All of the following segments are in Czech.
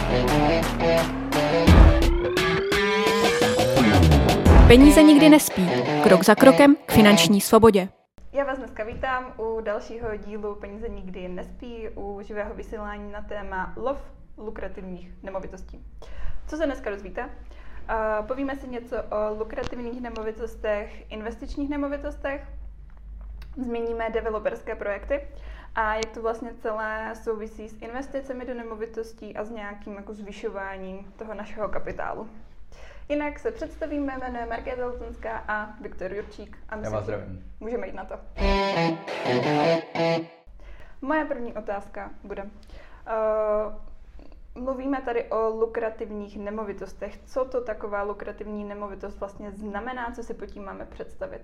Peníze nikdy nespí. Krok za krokem k finanční svobodě. Já vás dneska vítám u dalšího dílu Peníze nikdy nespí, u živého vysílání na téma lov lukrativních nemovitostí. Co se dneska dozvíte? Povíme si něco o lukrativních nemovitostech, investičních nemovitostech, zmíníme developerské projekty a jak to vlastně celé souvisí s investicemi do nemovitostí a s nějakým jako zvyšováním toho našeho kapitálu. Jinak se představíme, jmenuje Markéta Lutenská a Viktor Jurčík. A Já vás zdravím. Můžeme jít na to. Moje první otázka bude. Mluvíme tady o lukrativních nemovitostech. Co to taková lukrativní nemovitost vlastně znamená, co si pod tím máme představit?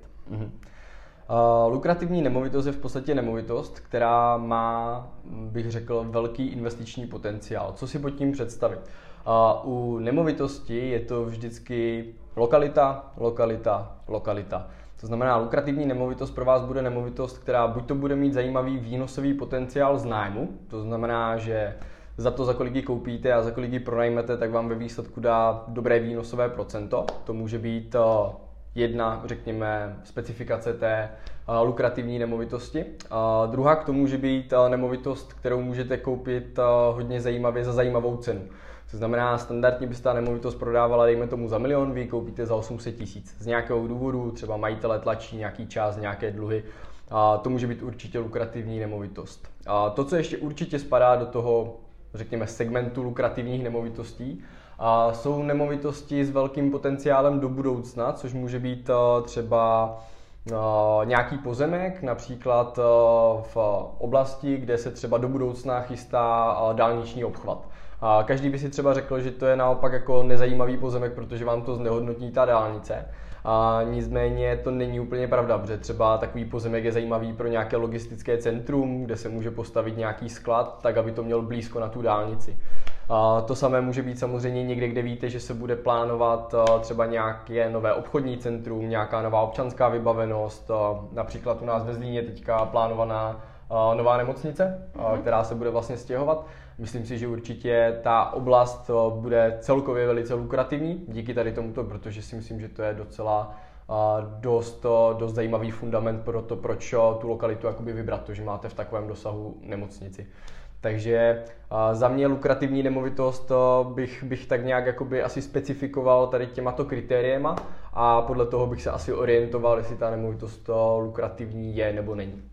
Lukrativní nemovitost je v podstatě nemovitost, která má, bych řekl, velký investiční potenciál. Co si pod tím představit? U nemovitosti je to vždycky lokalita. To znamená, lukrativní nemovitost pro vás bude nemovitost, která buď to bude mít zajímavý výnosový potenciál z nájmu, to znamená, že za to, za kolik ji koupíte a za kolik ji pronajmete, tak vám ve výsledku dá dobré výnosové procento. To může být jedna, řekněme, specifikace té lukrativní nemovitosti. Druhá k tomu může být nemovitost, kterou můžete koupit hodně zajímavě za zajímavou cenu. To znamená, standardně by se ta nemovitost prodávala, dejme tomu za 1 000 000, vy ji koupíte za 800 000. Z nějakého důvodu, třeba majitele tlačí nějaký čas, nějaké dluhy, to může být určitě lukrativní nemovitost. To, co ještě určitě spadá do toho, řekněme, segmentu lukrativních nemovitostí, jsou nemovitosti s velkým potenciálem do budoucna, což může být třeba nějaký pozemek, například v oblasti, kde se třeba do budoucna chystá dálniční obchvat. Každý by si třeba řekl, že to je naopak jako nezajímavý pozemek, protože vám to znehodnotí ta dálnice. Nicméně to není úplně pravda, protože třeba takový pozemek je zajímavý pro nějaké logistické centrum, kde se může postavit nějaký sklad, tak aby to měl blízko na tu dálnici. To samé může být samozřejmě někde, kde víte, že se bude plánovat třeba nějaké nové obchodní centrum, nějaká nová občanská vybavenost, například u nás ve Zlíně teďka plánovaná nová nemocnice, která se bude vlastně stěhovat. Myslím si, že určitě ta oblast bude celkově velice lukrativní díky tady tomuto, protože si myslím, že to je docela dost zajímavý fundament pro to, proč tu lokalitu jakoby vybrat, to, že máte v takovém dosahu nemocnici. Takže za mě lukrativní nemovitost bych tak nějak jakoby asi specifikoval tady těmato kritériema a podle toho bych se asi orientoval, jestli ta nemovitost lukrativní je nebo není.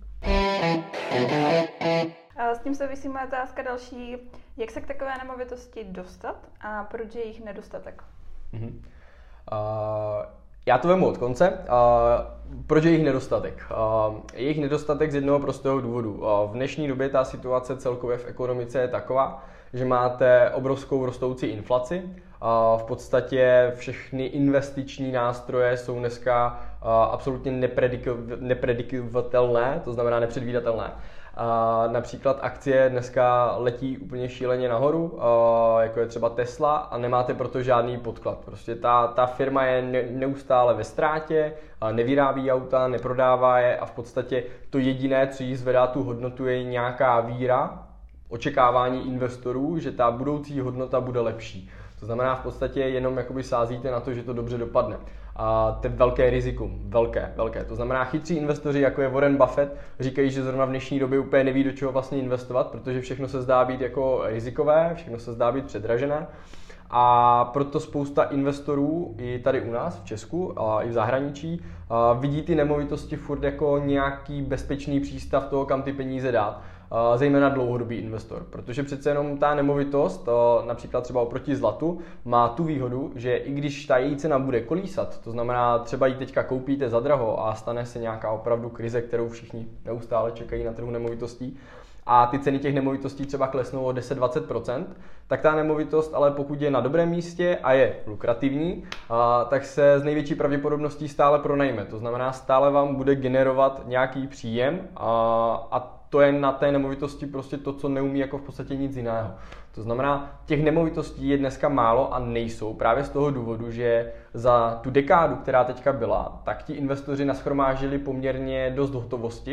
S tím souvisí moje otázka další. Jak se k takové nemovitosti dostat a proč je jich nedostatek? Já to vemu od konce. Proč je jich nedostatek? Je jich nedostatek z jednoho prostého důvodu. V dnešní době ta situace celkově v ekonomice je taková, že máte obrovskou rostoucí inflaci. V podstatě všechny investiční nástroje jsou dneska absolutně nepredikovatelné, to znamená nepředvídatelné. Například akcie dneska letí úplně šíleně nahoru, jako je třeba Tesla, a nemáte proto žádný podklad. Prostě ta firma je neustále ve ztrátě, nevyrábí auta, neprodává je a v podstatě to jediné, co jí zvedá tu hodnotu, je nějaká víra, očekávání investorů, že ta budoucí hodnota bude lepší. To znamená, v podstatě jenom jakoby sázíte na to, že to dobře dopadne. A to je velké rizikum, velké. To znamená, chytří investoři, jako je Warren Buffett, říkají, že zrovna v dnešní době úplně neví, do čeho vlastně investovat, protože všechno se zdá být jako rizikové, všechno se zdá být předražené. A proto spousta investorů i tady u nás v Česku a i v zahraničí vidí ty nemovitosti furt jako nějaký bezpečný přístav toho, kam ty peníze dát. Zejména dlouhodobý investor, protože přece jenom ta nemovitost, například třeba oproti zlatu, má tu výhodu, že i když ta její cena bude kolísat, to znamená třeba ji teďka koupíte za draho a stane se nějaká opravdu krize, kterou všichni neustále čekají na trhu nemovitostí, a ty ceny těch nemovitostí třeba klesnou o 10-20%, tak ta nemovitost, ale pokud je na dobrém místě a je lukrativní, tak se s největší pravděpodobností stále pronajme. To znamená, stále vám bude generovat nějaký příjem a to je na té nemovitosti prostě to, co neumí jako v podstatě nic jiného. To znamená, těch nemovitostí je dneska málo a nejsou právě z toho důvodu, že za tu dekádu, která teďka byla, tak ti investoři nashromáždili poměrně dost hotovosti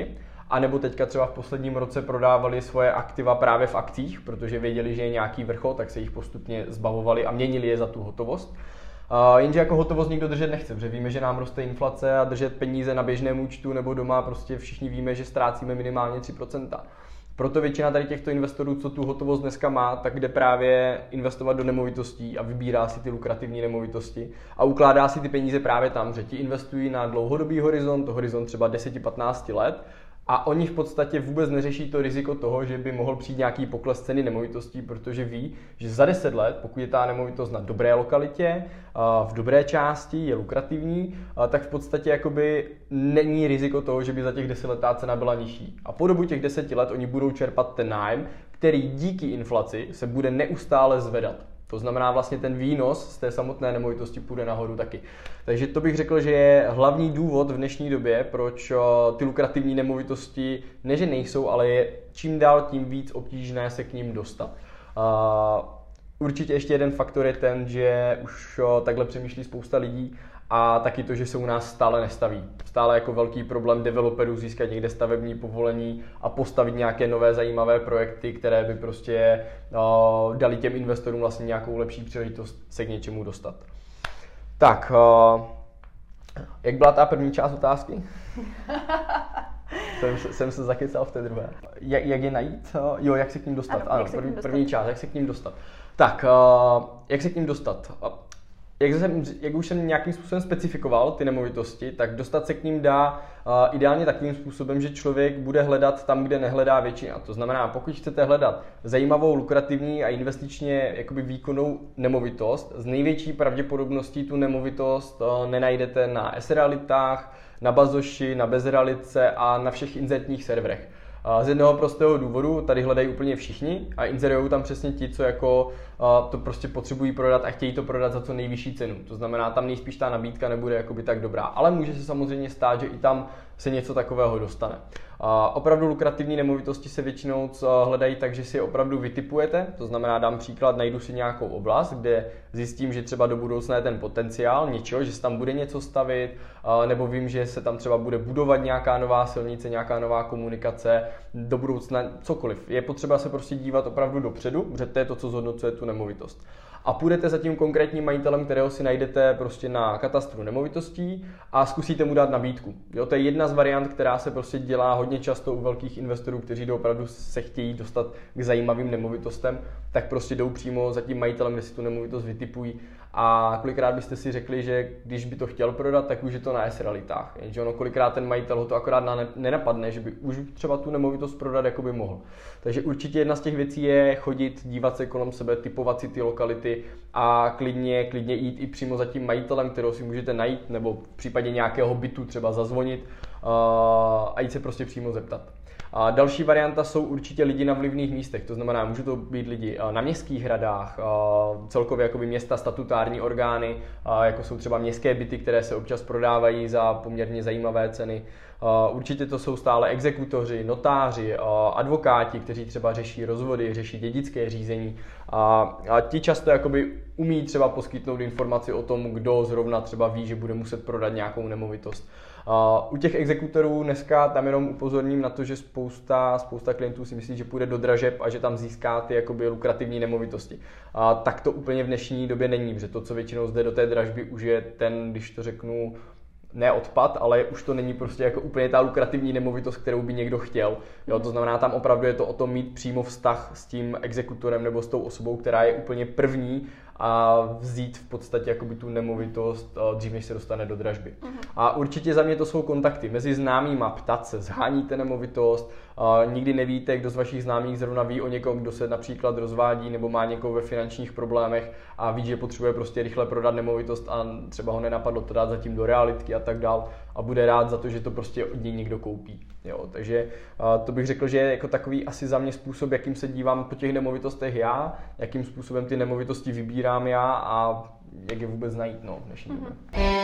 A nebo teďka třeba v posledním roce prodávali svoje aktiva právě v akcích, protože věděli, že je nějaký vrchol, tak se jich postupně zbavovali a měnili je za tu hotovost. Jenže jako hotovost nikdo držet nechce, protože víme, že nám roste inflace a držet peníze na běžném účtu nebo doma, prostě všichni víme, že ztrácíme minimálně 3%. Proto většina tady těchto investorů, co tu hotovost dneska má, tak jde právě investovat do nemovitostí a vybírá si ty lukrativní nemovitosti a ukládá si ty peníze právě tam, že ti investují na dlouhodobý horizont třeba 10-15 let. A oni v podstatě vůbec neřeší to riziko toho, že by mohl přijít nějaký pokles ceny nemovitostí, protože ví, že za 10 let, pokud je ta nemovitost na dobré lokalitě, v dobré části, je lukrativní, tak v podstatě jakoby není riziko toho, že by za těch 10 let ta cena byla nižší. A po dobu těch 10 let oni budou čerpat ten nájem, který díky inflaci se bude neustále zvedat. To znamená vlastně ten výnos z té samotné nemovitosti půjde nahoru taky. Takže to bych řekl, že je hlavní důvod v dnešní době, proč ty lukrativní nemovitosti ne, že nejsou, ale je čím dál tím víc obtížné se k ním dostat. Určitě ještě jeden faktor je ten, že už takhle přemýšlí spousta lidí a taky to, že se u nás stále nestaví. Stále jako velký problém developerů získat někde stavební povolení a postavit nějaké nové zajímavé projekty, které by prostě dali těm investorům vlastně nějakou lepší příležitost se k něčemu dostat. Tak, jak byla ta první část otázky? jsem se zakecal v té druhé. Jak je najít? Jo, jak se k ním dostat? Ano, první část, jak se k ním dostat. Tak, jak se k ním dostat? Jak už jsem nějakým způsobem specifikoval ty nemovitosti, tak dostat se k ním dá ideálně takovým způsobem, že člověk bude hledat tam, kde nehledá většina. To znamená, pokud chcete hledat zajímavou, lukrativní a investičně jakoby výkonnou nemovitost, z největší pravděpodobností tu nemovitost nenajdete na S-realitách, na Bazoši, na Bezrealitce a na všech inzertních serverech. Z jednoho prostého důvodu, tady hledají úplně všichni a inzerují tam přesně ti, co jako to prostě potřebují prodat a chtějí to prodat za co nejvyšší cenu. To znamená, tam nejspíš ta nabídka nebude jakoby tak dobrá, ale může se samozřejmě stát, že i tam se něco takového dostane. Opravdu lukrativní nemovitosti se většinou hledají tak, že si je opravdu vytipujete, to znamená, dám příklad, najdu si nějakou oblast, kde zjistím, že třeba do budoucna je ten potenciál něčeho, že se tam bude něco stavit, nebo vím, že se tam třeba bude budovat nějaká nová silnice, nějaká nová komunikace, do budoucna cokoliv. Je potřeba se prostě dívat opravdu dopředu, protože to je to, co zhodnocuje tu nemovitost. A půjdete za tím konkrétním majitelem, kterého si najdete prostě na katastru nemovitostí a zkusíte mu dát nabídku. Jo, to je jedna z variant, která se prostě dělá hodně často u velkých investorů, kteří opravdu se chtějí dostat k zajímavým nemovitostem, tak prostě jdou přímo za tím majitelem, kde si tu nemovitost vytipují. A kolikrát byste si řekli, že když by to chtěl prodat, tak už je to na S-realitách. Jenže ono kolikrát ten majitel ho to akorát nenapadne, že by už třeba tu nemovitost prodat jako by mohl. Takže určitě jedna z těch věcí je chodit, dívat se kolem sebe, tipovat si ty lokality a klidně jít i přímo za tím majitelem, kterého si můžete najít, nebo v případě nějakého bytu třeba zazvonit a jít se prostě přímo zeptat. A další varianta jsou určitě lidi na vlivných místech, to znamená, můžou to být lidi na městských radách, celkově jakoby města, statutární orgány, jako jsou třeba městské byty, které se občas prodávají za poměrně zajímavé ceny. Určitě to jsou stále exekutoři, notáři, advokáti, kteří třeba řeší rozvody, řeší dědické řízení a ti často jakoby umí třeba poskytnout informaci o tom, kdo zrovna třeba ví, že bude muset prodat nějakou nemovitost. U těch exekutorů dneska tam jenom upozorním na to, že spousta klientů si myslí, že půjde do dražeb a že tam získá ty jakoby lukrativní nemovitosti. Tak to úplně v dnešní době není, protože to, co většinou zde do té dražby, už je ten, když to řeknu, ne odpad, ale už to není prostě jako úplně ta lukrativní nemovitost, kterou by někdo chtěl. Jo, to znamená, tam opravdu je to o tom mít přímo vztah s tím exekutorem nebo s tou osobou, která je úplně první a vzít v podstatě jakoby tu nemovitost dřív, než se dostane do dražby. A určitě za mě to jsou kontakty mezi známýma, ptat se, sháníte nemovitost, nikdy nevíte, kdo z vašich známých zrovna ví o někom, kdo se například rozvádí nebo má někoho ve finančních problémech a ví, že potřebuje prostě rychle prodat nemovitost a třeba ho nenapadlo to dát zatím do realitky a tak dál a bude rád za to, že to prostě od něj někdo koupí. Jo, takže to bych řekl, že je jako takový asi za mě způsob, jakým se dívám po těch nemovitostech já, jakým způsobem ty nemovitosti vybírám já a jak je vůbec najít v dnešní době.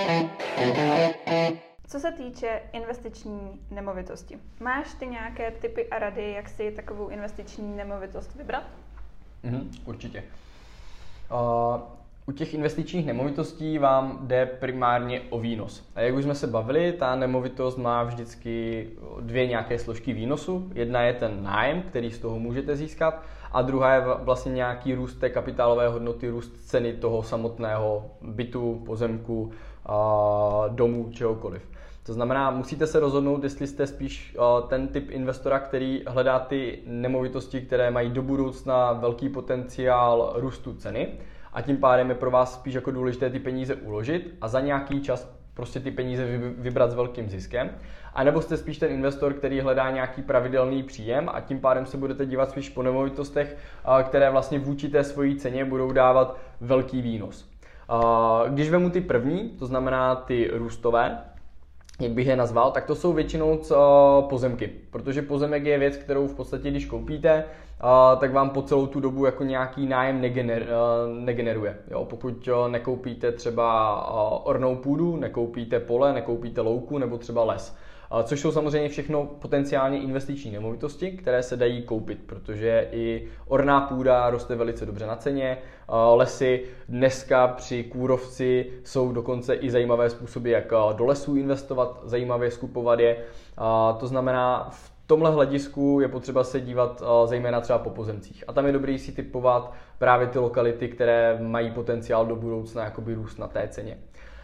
Co se týče investiční nemovitosti, máš ty nějaké tipy a rady, jak si takovou investiční nemovitost vybrat? Určitě. U těch investičních nemovitostí vám jde primárně o výnos. A jak už jsme se bavili, ta nemovitost má vždycky dvě nějaké složky výnosu. Jedna je ten nájem, který z toho můžete získat, a druhá je vlastně nějaký růst té kapitálové hodnoty, růst ceny toho samotného bytu, pozemku, domu, čehokoliv. To znamená, musíte se rozhodnout, jestli jste spíš ten typ investora, který hledá ty nemovitosti, které mají do budoucna velký potenciál růstu ceny, a tím pádem je pro vás spíš jako důležité ty peníze uložit a za nějaký čas prostě ty peníze vybrat s velkým ziskem. A nebo jste spíš ten investor, který hledá nějaký pravidelný příjem a tím pádem se budete dívat spíš po nemovitostech, které vlastně vůči té svojí ceně budou dávat velký výnos. Když vemu ty první, to znamená ty růstové, jak bych je nazval, tak to jsou většinou pozemky, protože pozemek je věc, kterou v podstatě, když koupíte, tak vám po celou tu dobu jako nějaký nájem negeneruje. Jo, pokud nekoupíte třeba ornou půdu, nekoupíte pole, nekoupíte louku nebo třeba les. Což jsou samozřejmě všechno potenciálně investiční nemovitosti, které se dají koupit, protože i orná půda roste velice dobře na ceně, lesy dneska při kůrovci jsou dokonce i zajímavé způsoby, jak do lesů investovat, zajímavě skupovat je. To znamená, v tomhle hledisku je potřeba se dívat zejména třeba po pozemcích. A tam je dobré si typovat právě ty lokality, které mají potenciál do budoucna jakoby růst na té ceně.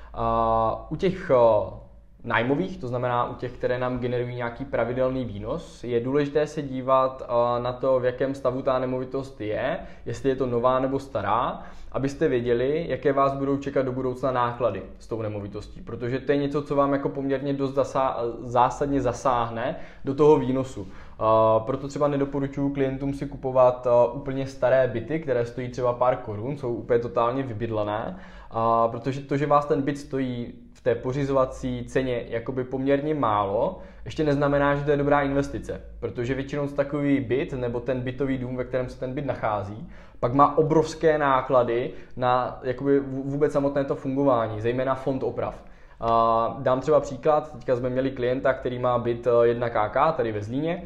U těch nájmových, to znamená u těch, které nám generují nějaký pravidelný výnos, je důležité se dívat na to, v jakém stavu ta nemovitost je, jestli je to nová nebo stará, abyste věděli, jaké vás budou čekat do budoucna náklady s tou nemovitostí, protože to je něco, co vám jako poměrně dost zásadně zasáhne do toho výnosu. Proto třeba nedoporučuji klientům si kupovat úplně staré byty, které stojí třeba pár korun, jsou úplně totálně vybydlené, protože to, že vás ten byt stojí v té pořizovací ceně jakoby poměrně málo, ještě neznamená, že to je dobrá investice, protože většinou takový byt nebo ten bytový dům, ve kterém se ten byt nachází, pak má obrovské náklady na jakoby vůbec samotné to fungování, zejména fond oprav. Dám třeba příklad, teďka jsme měli klienta, který má byt 1KK tady ve Zlíně,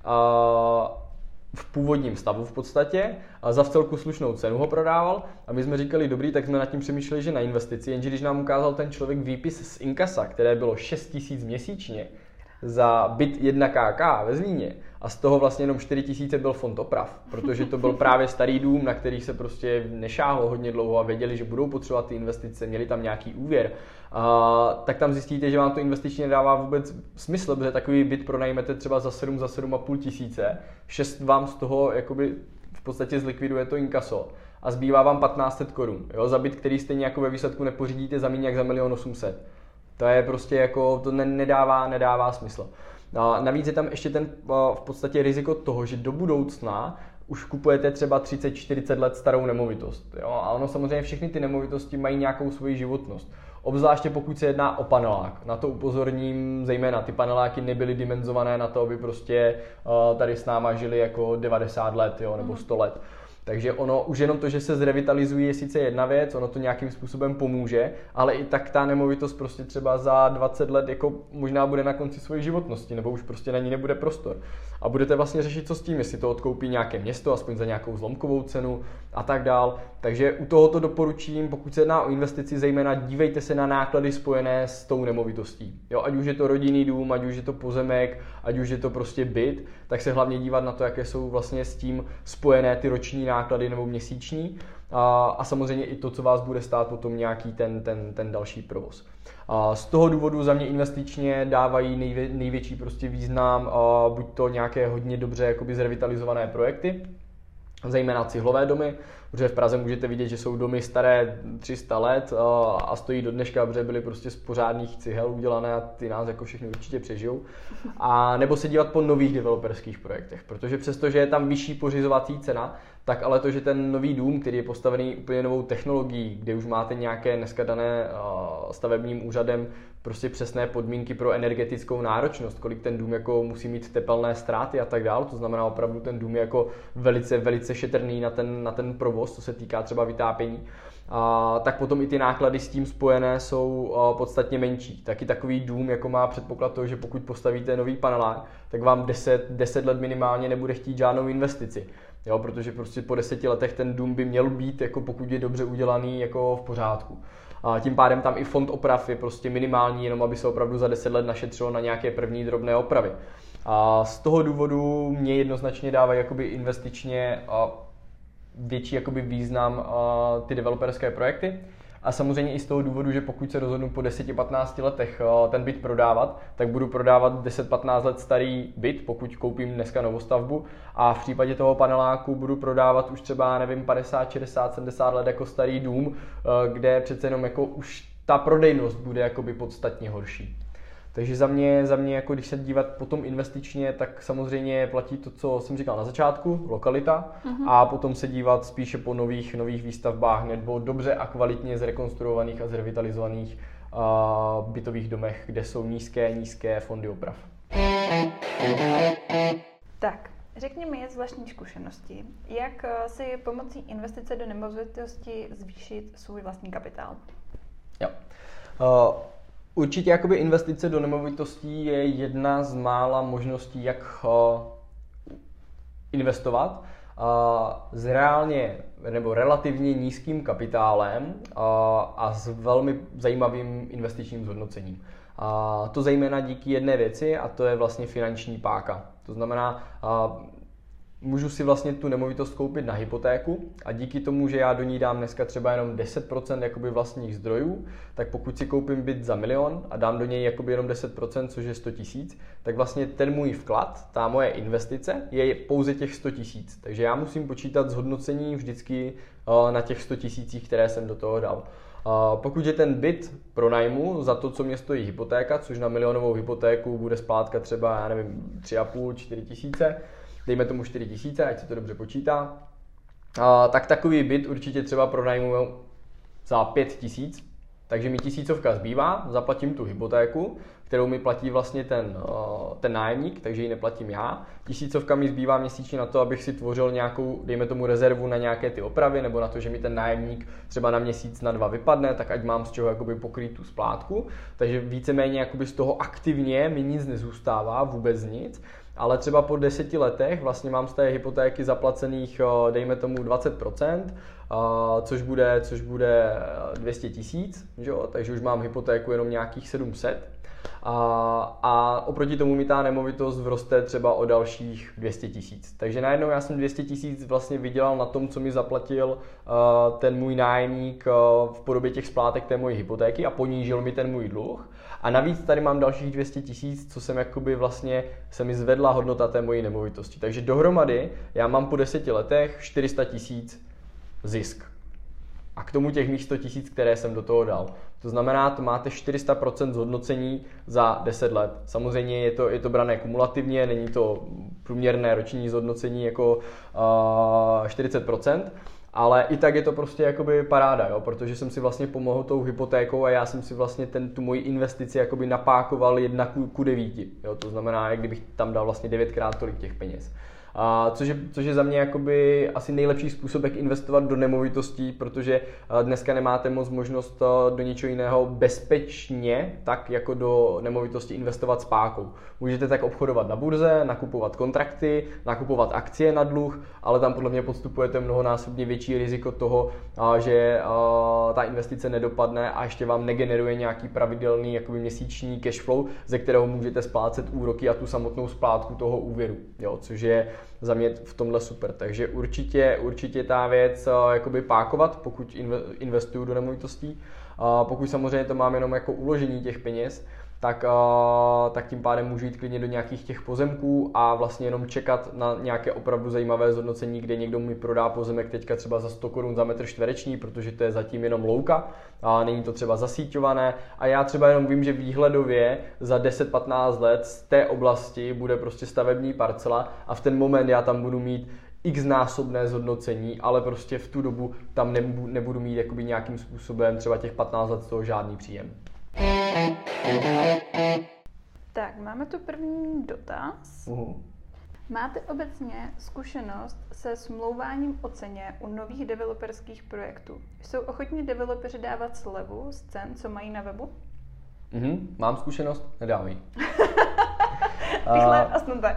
v původním stavu v podstatě, a za vcelku slušnou cenu ho prodával a my jsme říkali dobrý, tak jsme nad tím přemýšleli, že na investici, jenže když nám ukázal ten člověk výpis z inkasa, které bylo 6 000 měsíčně za byt 1KK ve Zlíně a z toho vlastně jenom 4 000 byl fond oprav, protože to byl právě starý dům, na který se prostě nešáhlo hodně dlouho a věděli, že budou potřebovat ty investice, měli tam nějaký úvěr, tak tam zjistíte, že vám to investičně nedává vůbec smysl, protože takový byt pronajmete třeba za 7,5 tisíce, 6 vám z toho jakoby v podstatě zlikviduje to inkaso a zbývá vám 1500 korun, jo, za byt, který stejně jako ve výsledku nepořídíte za méně jak za 1 800 000. To je prostě jako, to nedává smysl. Navíc je tam ještě ten v podstatě riziko toho, že do budoucna už kupujete třeba 30-40 let starou nemovitost. Jo? A ono samozřejmě všechny ty nemovitosti mají nějakou svoji životnost. Obzvláště pokud se jedná o panelák. Na to upozorním, zejména ty paneláky nebyly dimenzované na to, aby prostě tady s náma žili jako 90 let, jo? Nebo 100 let. Takže ono, už jenom to, že se zrevitalizují, je sice jedna věc, ono to nějakým způsobem pomůže, ale i tak ta nemovitost prostě třeba za 20 let jako možná bude na konci své životnosti, nebo už prostě na ní nebude prostor. A budete vlastně řešit, co s tím, jestli to odkoupí nějaké město, aspoň za nějakou zlomkovou cenu a tak dál. Takže u tohoto doporučím, pokud se jedná o investici, zejména dívejte se na náklady spojené s tou nemovitostí. Jo, ať už je to rodinný dům, ať už je to pozemek, ať už je to prostě byt, tak se hlavně dívat na to, jaké jsou vlastně s tím spojené ty roční náklady nebo měsíční a samozřejmě i to, co vás bude stát potom nějaký ten další provoz. Z toho důvodu za mě investičně dávají největší prostě význam buď to nějaké hodně dobře jakoby zrevitalizované projekty, zejména cihlové domy, protože v Praze můžete vidět, že jsou domy staré 300 let a stojí do dneška, protože byly prostě z pořádných cihel udělané a ty nás jako všechny určitě přežijou. A nebo se dívat po nových developerských projektech, protože přestože je tam vyšší pořizovací cena, tak ale to, že ten nový dům, který je postavený úplně novou technologií, kde už máte nějaké dneska dané stavebním úřadem prostě přesné podmínky pro energetickou náročnost, kolik ten dům jako musí mít tepelné ztráty a tak dále, to znamená opravdu ten dům je jako velice šetrný na ten provoz, co se týká třeba vytápění, tak potom i ty náklady s tím spojené jsou podstatně menší. Taky takový dům jako má předpoklad toho, že pokud postavíte nový panelák, tak vám 10 let minimálně nebude chtít žádnou investici. jo, protože prostě po 10 letech ten dům by měl být, jako pokud je dobře udělaný, jako v pořádku. A tím pádem tam i fond oprav je prostě minimální, jenom aby se opravdu za 10 let našetřilo na nějaké první drobné opravy. A z toho důvodu mě jednoznačně dávají jakoby investičně větší jakoby význam ty developerské projekty. A samozřejmě i z toho důvodu, že pokud se rozhodnu po 10-15 letech ten byt prodávat, tak budu prodávat 10-15 let starý byt, pokud koupím dneska novostavbu, a v případě toho paneláku budu prodávat už třeba, nevím, 50, 60, 70 let jako starý dům, kde přece jenom jako už ta prodejnost bude jakoby podstatně horší. Takže za mě jako když se dívat potom investičně, tak samozřejmě platí to, co jsem říkal na začátku, lokalita, a potom se dívat spíše po nových výstavbách nebo dobře a kvalitně zrekonstruovaných a zrevitalizovaných bytových domech, kde jsou nízké fondy oprav. Tak, řekni mi z vlastní zkušenosti, jak si pomocí investice do nemovitosti zvýšit svůj vlastní kapitál? Jo. Určitě jakoby investice do nemovitostí je jedna z mála možností, jak investovat s reálně nebo relativně nízkým kapitálem a s velmi zajímavým investičním zhodnocením. A to zejména díky jedné věci, a to je vlastně finanční páka. To znamená, můžu si vlastně tu nemovitost koupit na hypotéku a díky tomu, že já do ní dám dneska třeba jenom 10% jakoby vlastních zdrojů, tak pokud si koupím byt za 1 000 000 a dám do něj jakoby jenom 10%, což je 100 000, tak vlastně ten můj vklad, ta moje investice je pouze těch 100 000. Takže já musím počítat zhodnocení vždycky na těch 100 000, které jsem do toho dal. Pokud je ten byt pronajmu za to, co mě stojí hypotéka, což na milionovou hypotéku bude splátka třeba, já nevím, 3,5–4 tisíce, dejme tomu 4 000, ať se to dobře počítá, tak takový byt určitě třeba pronajmu za 5 000, takže mi 1000 zbývá, zaplatím tu hypotéku, kterou mi platí vlastně ten nájemník, takže ji neplatím já. 1000 mi zbývá měsíčně na to, abych si tvořil nějakou, dejme tomu, rezervu na nějaké ty opravy, nebo na to, že mi ten nájemník třeba na měsíc, na 2 vypadne, tak ať mám z čeho jakoby pokrýt tu splátku. Takže víceméně jakoby z toho aktivně mi nic nezůstává, vůbec nic. Ale třeba po 10 letech vlastně mám z té hypotéky zaplacených, dejme tomu 20%, což bude 200 000, takže už mám hypotéku jenom nějakých 700. A oproti tomu mi ta nemovitost vroste třeba o dalších 200 000. Takže najednou já jsem 200 000 vlastně vydělal na tom, co mi zaplatil ten můj nájemník v podobě těch splátek té mojí hypotéky a ponížil mi ten můj dluh. A navíc tady mám dalších 200 000, co jsem jakoby vlastně, se mi zvedla hodnota té mojí nemovitosti. Takže dohromady já mám po 10 letech 400 000 zisk. A k tomu těch mých 100 000, které jsem do toho dal. To znamená, to máte 400% zhodnocení za 10 let. Samozřejmě je to brané kumulativně, není to průměrné roční zhodnocení jako 40%, ale i tak je to prostě jakoby paráda, jo? Protože jsem si vlastně pomohl tou hypotékou a já jsem si vlastně tu moji investici jakoby napákoval 1:9. Jo? To znamená, jak kdybych tam dal vlastně 9krát tolik těch peněz. Což je za mě jakoby asi nejlepší způsob, jak investovat do nemovitostí, protože dneska nemáte moc možnost do něčeho jiného bezpečně, tak jako do nemovitosti investovat s pákou. Můžete tak obchodovat na burze, nakupovat kontrakty, nakupovat akcie na dluh, ale tam podle mě podstupujete mnohonásobně větší riziko toho, že ta investice nedopadne a ještě vám negeneruje nějaký pravidelný jakoby měsíční cash flow, ze kterého můžete splácet úroky a tu samotnou splátku toho úvěru, jo, což je za mě v tomhle super. Takže určitě ta věc jakoby pákovat, pokud investuju do nemovitostí. Pokud samozřejmě to mám jenom jako uložení těch peněz, tak tím pádem můžu jít klidně do nějakých těch pozemků a vlastně jenom čekat na nějaké opravdu zajímavé zhodnocení, kde někdo mi prodá pozemek teďka třeba za 100 Kč za metr čtvereční, protože to je zatím jenom louka, a není to třeba zasíťované a já třeba jenom vím, že výhledově za 10-15 let z té oblasti bude prostě stavební parcela a v ten moment já tam budu mít x-násobné zhodnocení, ale prostě v tu dobu tam nebudu mít jakoby nějakým způsobem třeba těch 15 let z toho žádný příjem. Tak, máme tu první dotaz. Máte obecně zkušenost se smlouváním o ceně u nových developerských projektů? Jsou ochotní developeři dávat slevu z cen, co mají na webu? Mám zkušenost, nedávají. Rychle a snadné.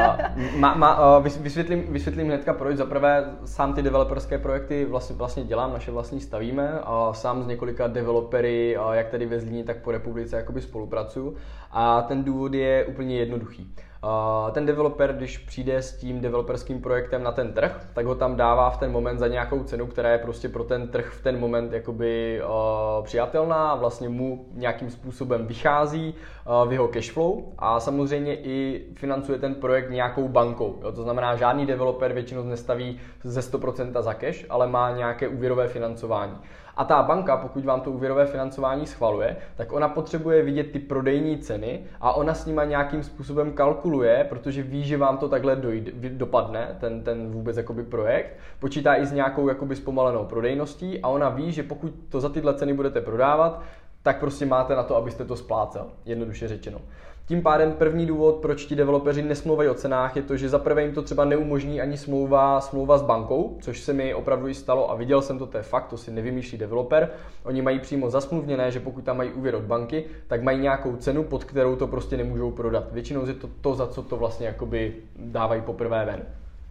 Vysvětlím hnedka proč. Za prvé, sám ty developerské projekty vlastně dělám, naše vlastní stavíme. A sám s několika developery, jak tady ve Zlíně, tak po republice jakoby spolupracuju. A ten důvod je úplně jednoduchý. Ten developer, když přijde s tím developerským projektem na ten trh, tak ho tam dává v ten moment za nějakou cenu, která je prostě pro ten trh v ten moment jakoby přijatelná a vlastně mu nějakým způsobem vychází v jeho cashflow a samozřejmě i financuje ten projekt nějakou bankou. Jo? To znamená, žádný developer většinou nestaví ze 100% za cash, ale má nějaké úvěrové financování. A ta banka, pokud vám to úvěrové financování schvaluje, tak ona potřebuje vidět ty prodejní ceny a ona s nima nějakým způsobem kalkuluje, protože ví, že vám to takhle dopadne, ten vůbec jakoby projekt. Počítá i s nějakou jakoby zpomalenou prodejností a ona ví, že pokud to za tyhle ceny budete prodávat, tak prostě máte na to, abyste to splácel, jednoduše řečeno. Tím pádem první důvod, proč ti developeři nesmlouvají o cenách, je to, že za prvé jim to třeba neumožní ani smlouva s bankou, což se mi opravdu i stalo a viděl jsem to, to je fakt, to si nevymýšlí developer. Oni mají přímo zasmluvněné, že pokud tam mají úvěr od banky, tak mají nějakou cenu, pod kterou to prostě nemůžou prodat. Většinou je to za co to vlastně jakoby dávají poprvé ven.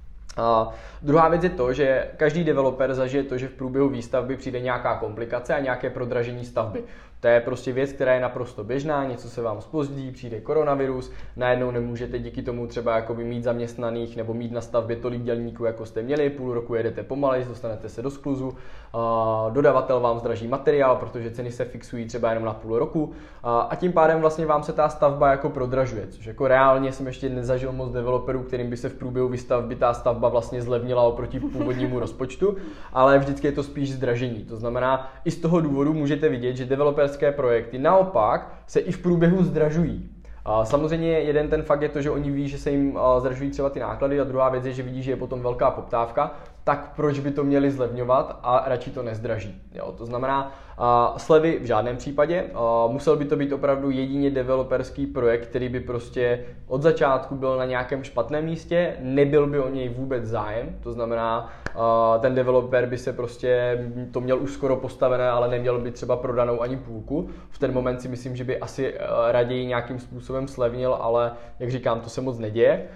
A druhá věc je to, že každý developer zažije to, že v průběhu výstavby přijde nějaká komplikace a nějaké prodražení stavby. To je prostě věc, která je naprosto běžná, něco se vám zpozdí, přijde koronavirus, najednou nemůžete díky tomu třeba jakoby mít zaměstnaných nebo mít na stavbě tolik dělníků, jako jste měli, půl roku jedete pomalej, dostanete se do skluzu, dodavatel vám zdraží materiál, protože ceny se fixují třeba jenom na půl roku a tím pádem vlastně vám se ta stavba jako prodražuje, což jako reálně jsem ještě nezažil moc developerů, kterým by se v průběhu výstavby ta stavba vlastně zlevnila oproti původnímu rozpočtu, ale vždycky je to spíš zdražení. To znamená, i z toho důvodu můžete vidět, že developerské projekty naopak se i v průběhu zdražují. Samozřejmě jeden ten fakt je to, že oni ví, že se jim zdražují třeba ty náklady a druhá věc je, že vidí, že je potom velká poptávka, tak proč by to měli zlevňovat a radši to nezdraží. Jo, to znamená, slevy v žádném případě, musel by to být opravdu jedině developerský projekt, který by prostě od začátku byl na nějakém špatném místě, nebyl by o něj vůbec zájem, to znamená, ten developer by se prostě to měl už skoro postavené, ale neměl by třeba prodanou ani půlku. V ten moment si myslím, že by asi raději nějakým způsobem slevnil, ale jak říkám, to se moc neděje.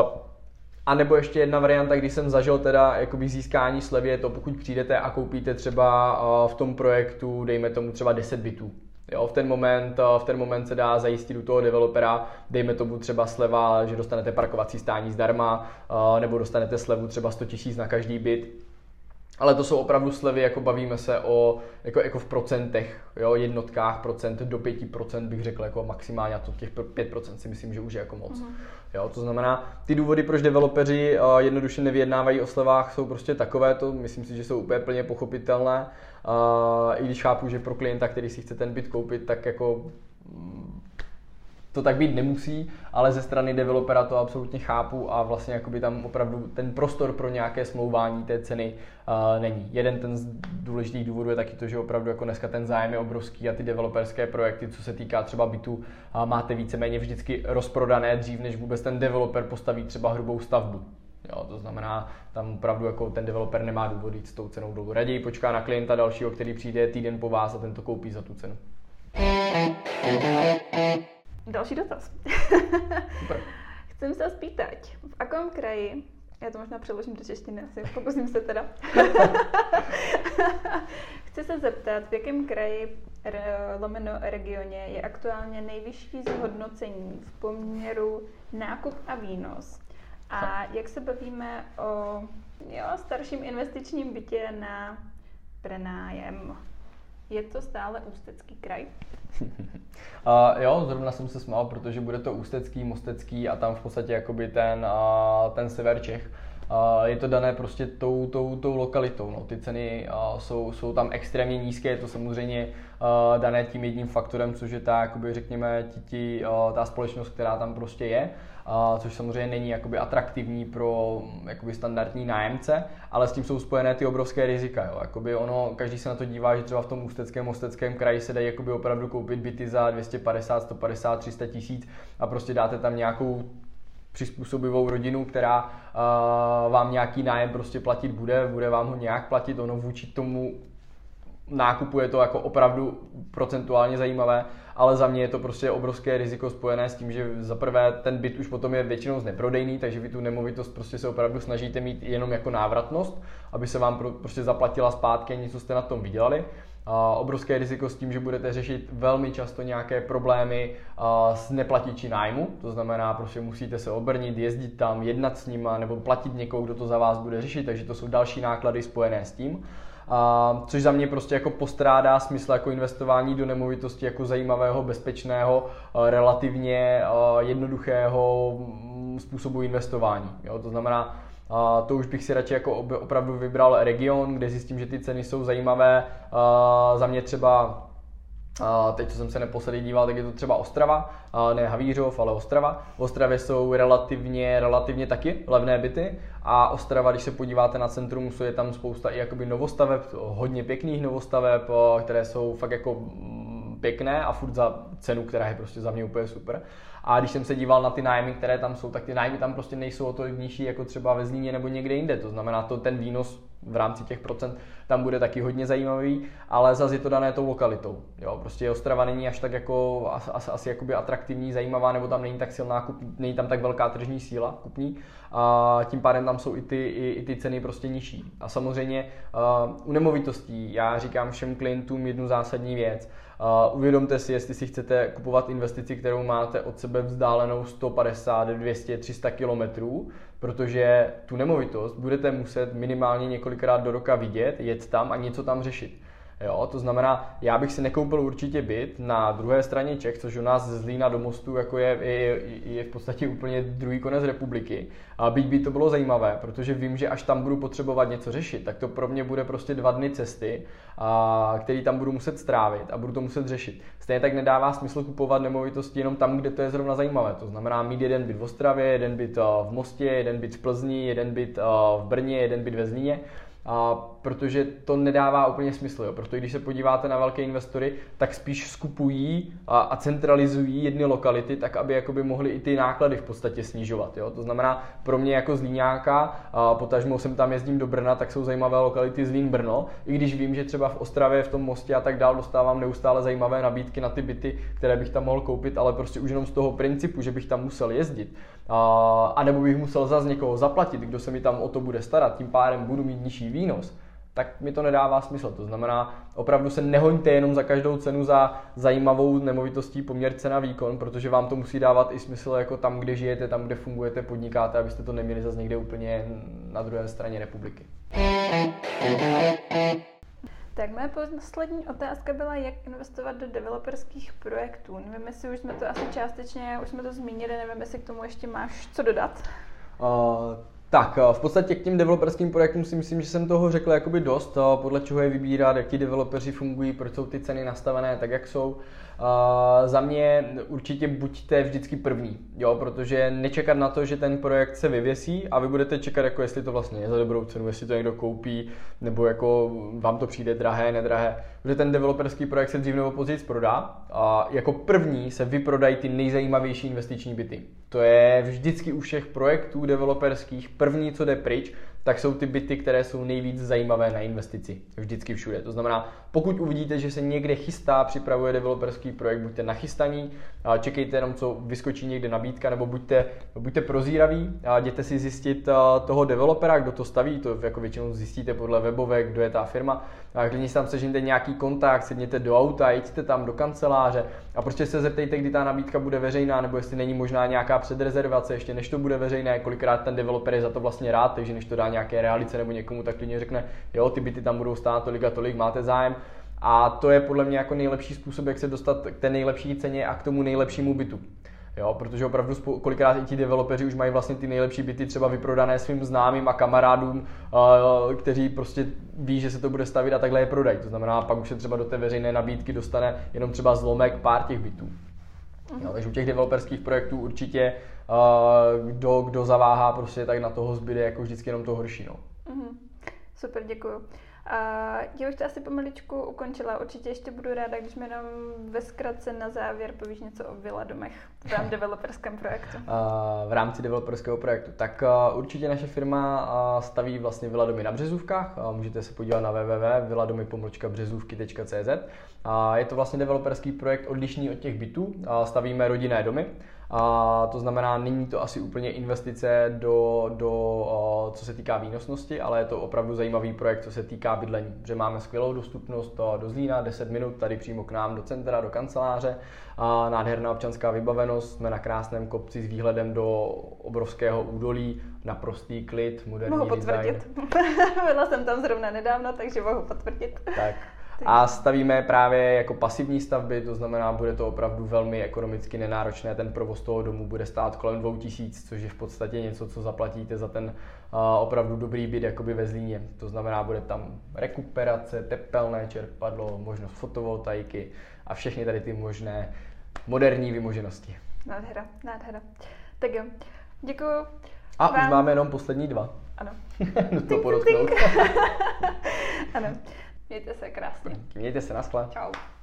A nebo ještě jedna varianta, když jsem zažil teda jakoby získání slevy, je to, pokud přijdete a koupíte třeba v tom projektu, dejme tomu třeba 10 bytů. Jo, v ten moment se dá zajistit u toho developera, dejme tomu třeba sleva, že dostanete parkovací stání zdarma, nebo dostanete slevu třeba 100 000 na každý byt. Ale to jsou opravdu slevy, jako bavíme se o jako v procentech, jo, jednotkách procent, do 5% bych řekl jako maximálně, a to těch 5% si myslím, že už je jako moc. Jo, to znamená, ty důvody, proč developeři jednoduše nevyjednávají o slevách, jsou prostě takové, to myslím si, že jsou úplně plně pochopitelné. I když chápu, že pro klienta, který si chce ten byt koupit, tak jako to tak být nemusí, ale ze strany developera to absolutně chápu a vlastně jakoby tam opravdu ten prostor pro nějaké smlouvání té ceny není. Jeden ten z důležitých důvodů je taky to, že opravdu jako dneska ten zájem je obrovský a ty developerské projekty, co se týká třeba bytu, máte víceméně vždycky rozprodané dřív, než vůbec ten developer postaví třeba hrubou stavbu. Jo, to znamená, tam opravdu jako ten developer nemá důvod jít s tou cenou dolů. Raději počká na klienta dalšího, který přijde týden po vás a ten to koupí za tu cenu. Další dotaz. Super. Chcem se zpýtať, v akém kraji, já to možná přeložím do češtiny, asi pokusím se teda. Chci se zeptat, v jakém kraji lomeno regioně je aktuálně nejvyšší zhodnocení v poměru nákup a výnos. A jak se bavíme o starším investičním bytě na pronájem? Je to stále Ústecký kraj? Jo, zrovna jsem se smál, protože bude to Ústecký, Mostecký a tam v podstatě jakoby ten sever Čech. Je to dané prostě tou lokalitou. No. Ty ceny jsou tam extrémně nízké, je to samozřejmě dané tím jedním faktorem, což je ta, jakoby, řekněme, ta společnost, která tam prostě je. Což samozřejmě není jakoby atraktivní pro jakoby standardní nájemce, ale s tím jsou spojené ty obrovské rizika. Jo. Jakoby každý se na to dívá, že třeba v tom Mosteckém kraji se dají jakoby opravdu koupit byty za 250, 150, 300 tisíc a prostě dáte tam nějakou přizpůsobivou rodinu, která vám nějaký nájem prostě platit bude vám ho nějak platit, ono vůči tomu nákupu je to jako opravdu procentuálně zajímavé, ale za mě je to prostě obrovské riziko spojené s tím, že za prvé ten byt už potom je většinou zneprodejný, takže vy tu nemovitost prostě se opravdu snažíte mít jenom jako návratnost, aby se vám prostě zaplatila zpátky a něco jste na tom vydělali. Obrovské riziko s tím, že budete řešit velmi často nějaké problémy s neplatiči nájmu, to znamená, prostě musíte se obrnit, jezdit tam, jednat s nima nebo platit někoho, kdo to za vás bude řešit, takže to jsou další náklady spojené s tím. Což za mě prostě jako postrádá smysl jako investování do nemovitosti jako zajímavého, bezpečného, relativně jednoduchého způsobu investování. Jo? To znamená, to už bych si radši jako opravdu vybral region, kde zjistím, že ty ceny jsou zajímavé. Za mě třeba, teď co jsem se naposledy díval, tak je to třeba Ostrava, ne Havířov, ale Ostrava. V Ostravě jsou relativně taky levné byty a Ostrava, když se podíváte na centrum, je tam spousta i jakoby novostaveb, hodně pěkných novostaveb, které jsou fakt jako pěkné a furt za cenu, která je prostě za mě úplně super. A když jsem se díval na ty nájmy, které tam jsou, tak ty nájmy tam prostě nejsou o to nižší jako třeba ve Zlíně nebo někde jinde. To znamená, ten výnos v rámci těch procent tam bude taky hodně zajímavý, ale zase je to dané tou lokalitou. Jo, prostě Ostrava není až tak jako asi jakoby atraktivní, zajímavá, nebo tam není tak silná není tam tak velká tržní síla kupní. A tím pádem tam jsou i ty ceny prostě nižší. A samozřejmě u nemovitostí já říkám všem klientům jednu zásadní věc. Uvědomte si, jestli si chcete kupovat investici, kterou máte od sebe vzdálenou 150, 200, 300 kilometrů, protože tu nemovitost budete muset minimálně několikrát do roka vidět, jet tam a něco tam řešit. Jo, to znamená, já bych si nekoupil určitě byt na druhé straně Čech, což u nás ze Zlína do Mostu jako je v podstatě úplně druhý konec republiky. A byť by to bylo zajímavé, protože vím, že až tam budu potřebovat něco řešit, tak to pro mě bude prostě 2 dny cesty, který tam budu muset strávit a budu to muset řešit. Stejně tak nedává smysl kupovat nemovitosti jenom tam, kde to je zrovna zajímavé. To znamená mít jeden byt v Ostravě, jeden byt v Mostě, jeden byt v Plzni, jeden byt v Brně, jeden byt ve Zlíně. Protože to nedává úplně smysl. Jo. Protože když se podíváte na velké investory, tak spíš skupují a centralizují jedny lokality, tak aby jakoby mohli i ty náklady v podstatě snižovat. Jo. To znamená, pro mě jako Zlíňáka, potažmo jsem tam jezdím do Brna, tak jsou zajímavé lokality Zlín-Brno, i když vím, že třeba v Ostravě, v tom Mostě a tak dál dostávám neustále zajímavé nabídky na ty byty, které bych tam mohl koupit, ale prostě už jenom z toho principu, že bych tam musel jezdit, a nebo bych musel zase někoho zaplatit, kdo se mi tam o to bude starat, tím pádem budu mít nižší výnos, tak mi to nedává smysl. To znamená, opravdu se nehoňte jenom za každou cenu za zajímavou nemovitostí poměr cena výkon, protože vám to musí dávat i smysl jako tam, kde žijete, tam, kde fungujete, podnikáte, abyste to neměli zase někde úplně na druhé straně republiky. Tak moje poslední otázka byla, jak investovat do developerských projektů. Nevím, jestli už jsme to asi částečně, už jsme to zmínili, nevím, jestli k tomu ještě máš co dodat. Tak, v podstatě k těm developerským projektům si myslím, že jsem toho řekl jakoby dost, podle čeho je vybírat, jak ti developeři fungují, proč jsou ty ceny nastavené tak, jak jsou. Za mě určitě buďte vždycky první, jo, protože nečekat na to, že ten projekt se vyvěsí a vy budete čekat, jako jestli to vlastně je za dobrou cenu, jestli to někdo koupí, nebo jako vám to přijde drahé, nedrahé, protože ten developerský projekt se dřív nebo později prodá a jako první se vyprodají ty nejzajímavější investiční byty. To je vždycky u všech projektů developerských první, co jde pryč, tak jsou ty byty, které jsou nejvíc zajímavé na investici. Vždycky všude. To znamená, pokud uvidíte, že se někde chystá, připravuje developerský projekt, buďte nachystaní, čekejte jenom, co vyskočí někde nabídka, nebo buďte prozíraví, jděte si zjistit toho developera, kdo to staví, to jako většinou zjistíte podle webovek, kdo je ta firma. Klidně si tam sežněte nějaký kontakt, sedněte do auta, jeďte tam do kanceláře a prostě se zeptejte, kdy ta nabídka bude veřejná, nebo jestli není možná nějaká předrezervace, ještě než to bude veřejné, kolikrát ten developer je za to vlastně rád, takže než to dá nějaké realice nebo někomu, tak klidně řekne, jo, ty byty tam budou stát tolik a tolik, máte zájem. A to je podle mě jako nejlepší způsob, jak se dostat k té nejlepší ceně a k tomu nejlepšímu bytu. Jo, protože opravdu kolikrát i ti developeři už mají vlastně ty nejlepší byty třeba vyprodané svým známým a kamarádům, kteří prostě ví, že se to bude stavit a takhle je prodají. To znamená, pak už se třeba do té veřejné nabídky dostane jenom třeba zlomek pár těch bytů. Jo, takže u těch developerských projektů určitě kdo zaváhá, prostě tak na toho zbyde jako vždycky jenom to horší. No. Super, děkuju. Já už to asi pomaličku ukončila. Určitě ještě budu ráda, když mi jenom ve zkratce na závěr povíš něco o Villa domech v tom developerském projektu. V rámci developerského projektu. Tak určitě naše firma staví vlastně villa domy na Březůvkách. Můžete se podívat na www.villadomy-březůvky.cz. Je to vlastně developerský projekt odlišný od těch bytů. Stavíme rodinné domy. To znamená, není to asi úplně investice do co se týká výnosnosti, ale je to opravdu zajímavý projekt, co se týká bydlení. Že máme skvělou dostupnost do Zlína, 10 minut tady přímo k nám do centra, do kanceláře. Nádherná občanská vybavenost, jsme na krásném kopci s výhledem do obrovského údolí, naprostý klid, moderní mohu design. Potvrdit. Byla jsem tam zrovna nedávno, takže mohu potvrdit. Tak. A stavíme právě jako pasivní stavby, to znamená, bude to opravdu velmi ekonomicky nenáročné. Ten provoz toho domu bude stát kolem 2000, což je v podstatě něco, co zaplatíte za ten opravdu dobrý byt jakoby ve Zlíně. To znamená, bude tam rekuperace, tepelné čerpadlo, možnost fotovoltaiky a všechny tady ty možné moderní vymoženosti. Nádhera. Tak jo, děkuju. A vám. Už máme jenom poslední 2. Ano. To podotknout. Ano. Mějte se krásně. Mějte se, naschle. Čau.